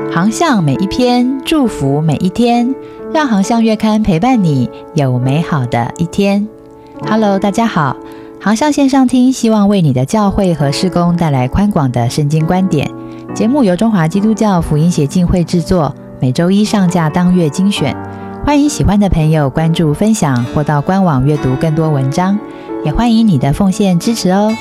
航向每一篇，祝福每一天，让航向月刊陪伴你有美好的一天。Hello， 大家好，航向线上听，希望为你的教会和事工带来宽广的圣经观点。节目由中华基督教福音协进会制作，每周一上架当月精选。欢迎喜欢的朋友关注分享，或到官网阅读更多文章，也欢迎你的奉献支持哦。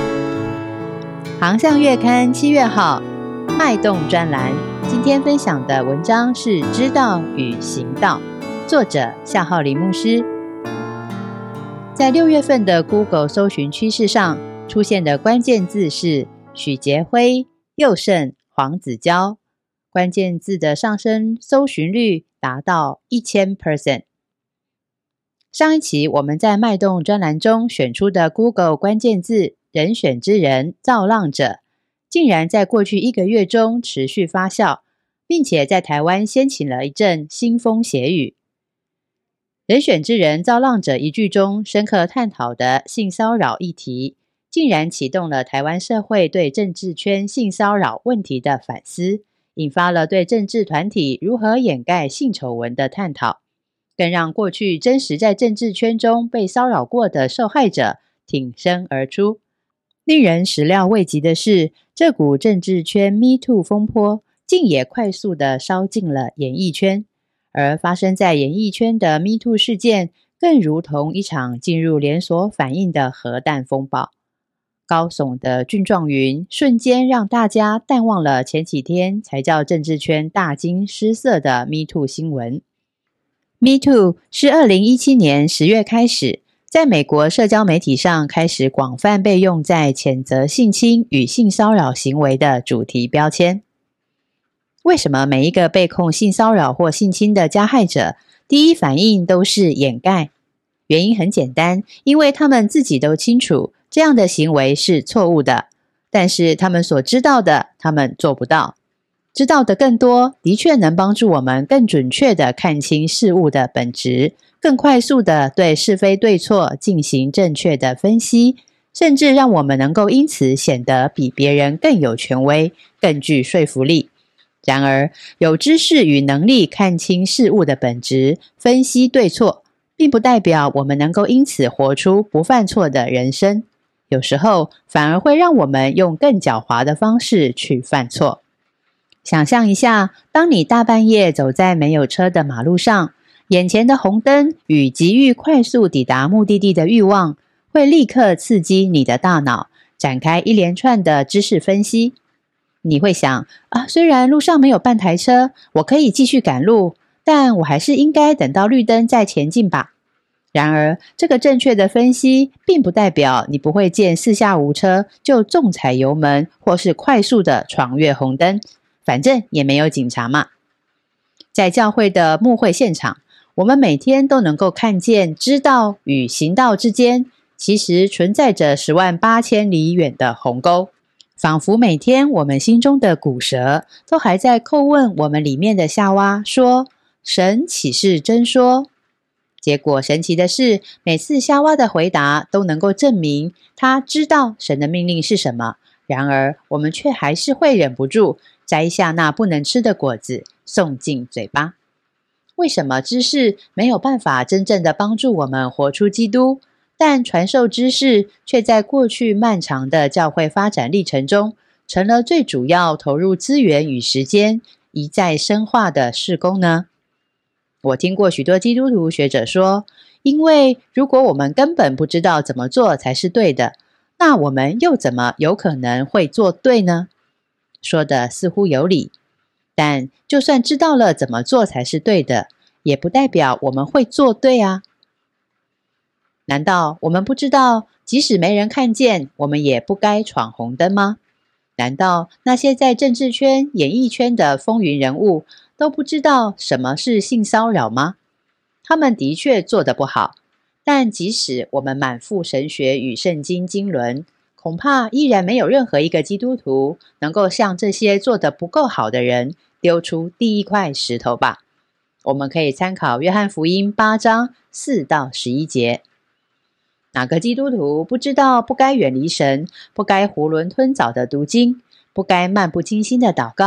航向月刊7月号脉动专栏，今天分享的文章是《知道与行道》，作者夏浩林牧师。在6月份的 Google 搜寻趋势上出现的关键字是许杰辉、佑胜、黄子佼，关键字的上升搜寻率达到 1000%。 上一期我们在脉动专栏中选出的 Google 关键字人选之人、造浪者，竟然在过去1个月中持续发酵，并且在台湾掀起了一阵腥风血雨。人选之人、造浪者一句中深刻探讨的性骚扰议题，竟然启动了台湾社会对政治圈性骚扰问题的反思，引发了对政治团体如何掩盖性丑闻的探讨，更让过去真实在政治圈中被骚扰过的受害者挺身而出。令人始料未及的是，这股政治圈 MeToo 风波竟也快速地烧进了演艺圈，而发生在演艺圈的 MeToo 事件更如同一场进入连锁反应的核弹风暴。高耸的俊状云瞬间让大家淡忘了前几天才叫政治圈大惊失色的 MeToo 新闻。MeToo 是2017年10月开始在美国社交媒体上开始广泛被用在谴责性侵与性骚扰行为的主题标签。为什么每一个被控性骚扰或性侵的加害者第一反应都是掩盖？原因很简单，因为他们自己都清楚这样的行为是错误的，但是他们所知道的，他们做不到。知道的更多，的确能帮助我们更准确地看清事物的本质，更快速地对是非对错进行正确的分析，甚至让我们能够因此显得比别人更有权威，更具说服力。然而，有知识与能力看清事物的本质，分析对错，并不代表我们能够因此活出不犯错的人生。有时候，反而会让我们用更狡猾的方式去犯错。想象一下，当你大半夜走在没有车的马路上，眼前的红灯与急于快速抵达目的地的欲望，会立刻刺激你的大脑，展开一连串的知识分析。你会想，虽然路上没有半台车，我可以继续赶路，但我还是应该等到绿灯再前进吧。然而，这个正确的分析并不代表你不会见四下无车就重踩油门，或是快速的闯越红灯，反正也没有警察嘛。在教会的牧会现场，我们每天都能够看见知道与行道之间其实存在着108000里远的鸿沟，仿佛每天我们心中的骨蛇都还在叩问我们里面的夏娃说，神岂是真说？结果神奇的是，每次夏娃的回答都能够证明他知道神的命令是什么，然而我们却还是会忍不住摘下那不能吃的果子送进嘴巴。为什么知识没有办法真正的帮助我们活出基督，但传授知识却在过去漫长的教会发展历程中成了最主要投入资源与时间一再深化的事工呢？我听过许多基督徒学者说，因为如果我们根本不知道怎么做才是对的，那我们又怎么有可能会做对呢？说的似乎有理，但就算知道了怎么做才是对的，也不代表我们会做对啊。难道我们不知道，即使没人看见，我们也不该闯红灯吗？难道那些在政治圈、演艺圈的风云人物都不知道什么是性骚扰吗？他们的确做得不好，但即使我们满腹神学与圣经经纶，恐怕依然没有任何一个基督徒能够向这些做得不够好的人丢出第一块石头吧。我们可以参考约翰福音8章4到11节。哪个基督徒不知道不该远离神，不该囫囵吞枣的读经，不该漫不经心的祷告，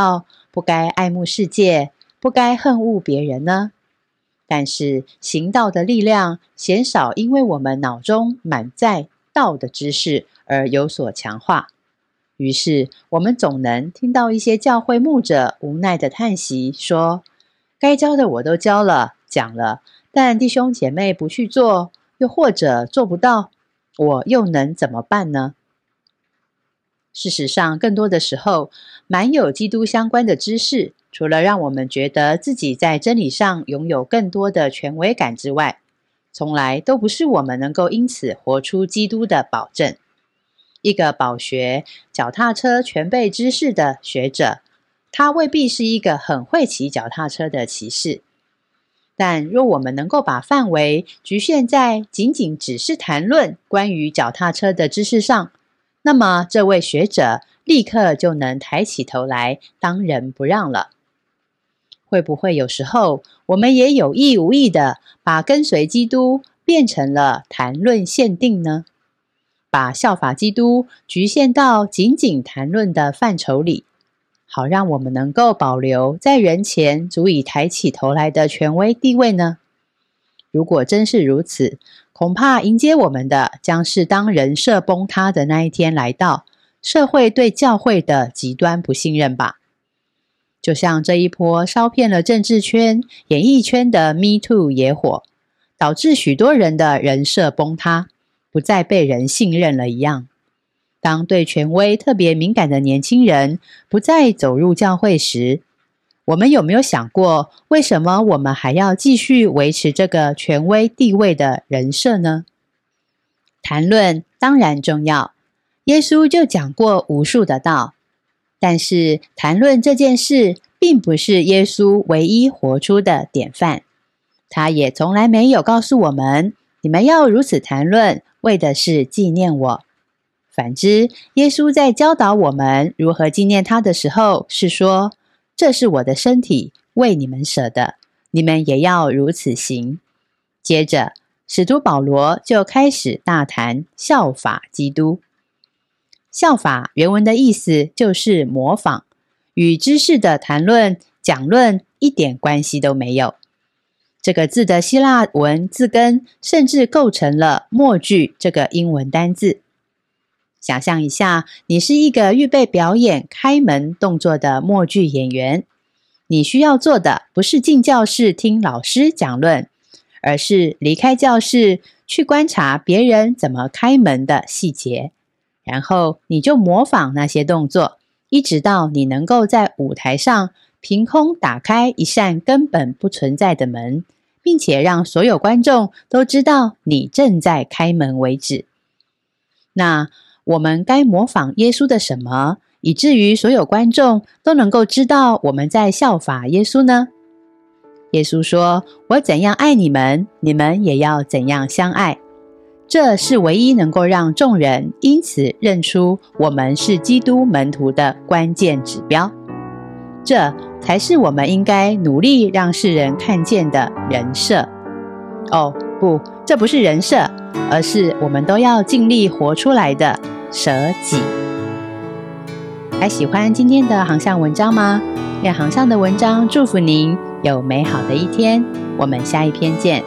不该爱慕世界，不该恨恶别人呢？但是行道的力量鲜少因为我们脑中满载道的知识而有所强化。于是我们总能听到一些教会牧者无奈的叹息，说该教的我都教了讲了，但弟兄姐妹不去做，又或者做不到，我又能怎么办呢？事实上，更多的时候，满有基督相关的知识，除了让我们觉得自己在真理上拥有更多的权威感之外，从来都不是我们能够因此活出基督的保证。一个饱学脚踏车全备知识的学者，他未必是一个很会骑脚踏车的骑士。但若我们能够把范围局限在仅仅只是谈论关于脚踏车的知识上，那么这位学者立刻就能抬起头来当仁不让了。会不会有时候我们也有意无意的把跟随基督变成了谈论限定呢？把效法基督局限到仅仅谈论的范畴里，好让我们能够保留在人前足以抬起头来的权威地位呢？如果真是如此，恐怕迎接我们的将是当人设崩塌的那一天来到，社会对教会的极端不信任吧。就像这一波烧遍了政治圈、演艺圈的 Me Too 野火，导致许多人的人设崩塌，不再被人信任了一样。当对权威特别敏感的年轻人不再走入教会时，我们有没有想过，为什么我们还要继续维持这个权威地位的人设呢？谈论当然重要，耶稣就讲过无数的道，但是谈论这件事并不是耶稣唯一活出的典范。他也从来没有告诉我们，你们要如此谈论，为的是纪念我。反之，耶稣在教导我们如何纪念他的时候，是说，这是我的身体，为你们舍的，你们也要如此行。接着，使徒保罗就开始大谈效法基督。效法原文的意思就是模仿，与知识的谈论、讲论一点关系都没有。这个字的希腊文字根甚至构成了默剧这个英文单字。想象一下，你是一个预备表演开门动作的默剧演员，你需要做的不是进教室听老师讲论，而是离开教室去观察别人怎么开门的细节，然后你就模仿那些动作，一直到你能够在舞台上凭空打开一扇根本不存在的门，并且让所有观众都知道你正在开门为止。那我们该模仿耶稣的什么，以至于所有观众都能够知道我们在效法耶稣呢？耶稣说，我怎样爱你们，你们也要怎样相爱。这是唯一能够让众人因此认出我们是基督门徒的关键指标。这才是我们应该努力让世人看见的人设。哦，不，这不是人设，而是我们都要尽力活出来的舍己。还喜欢今天的航向文章吗？愿航向的文章祝福您有美好的一天，我们下一篇见。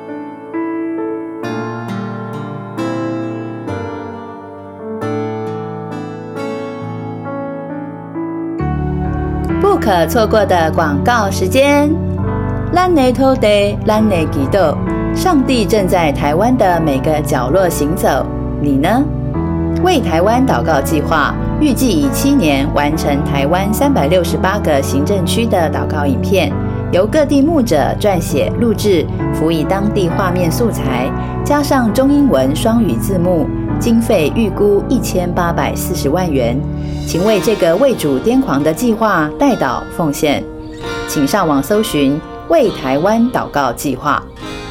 不可错过的广告时间。咱的土地，咱的祈祷，上帝正在台湾的每个角落行走，你呢？为台湾祷告计划预计以7年完成台湾368个行政区的祷告影片，由各地牧者撰写录制，辅以当地画面素材，加上中英文双语字幕，经费预估1840万元。请为这个为主癫狂的计划代祷奉献，请上网搜寻为台湾祷告计划。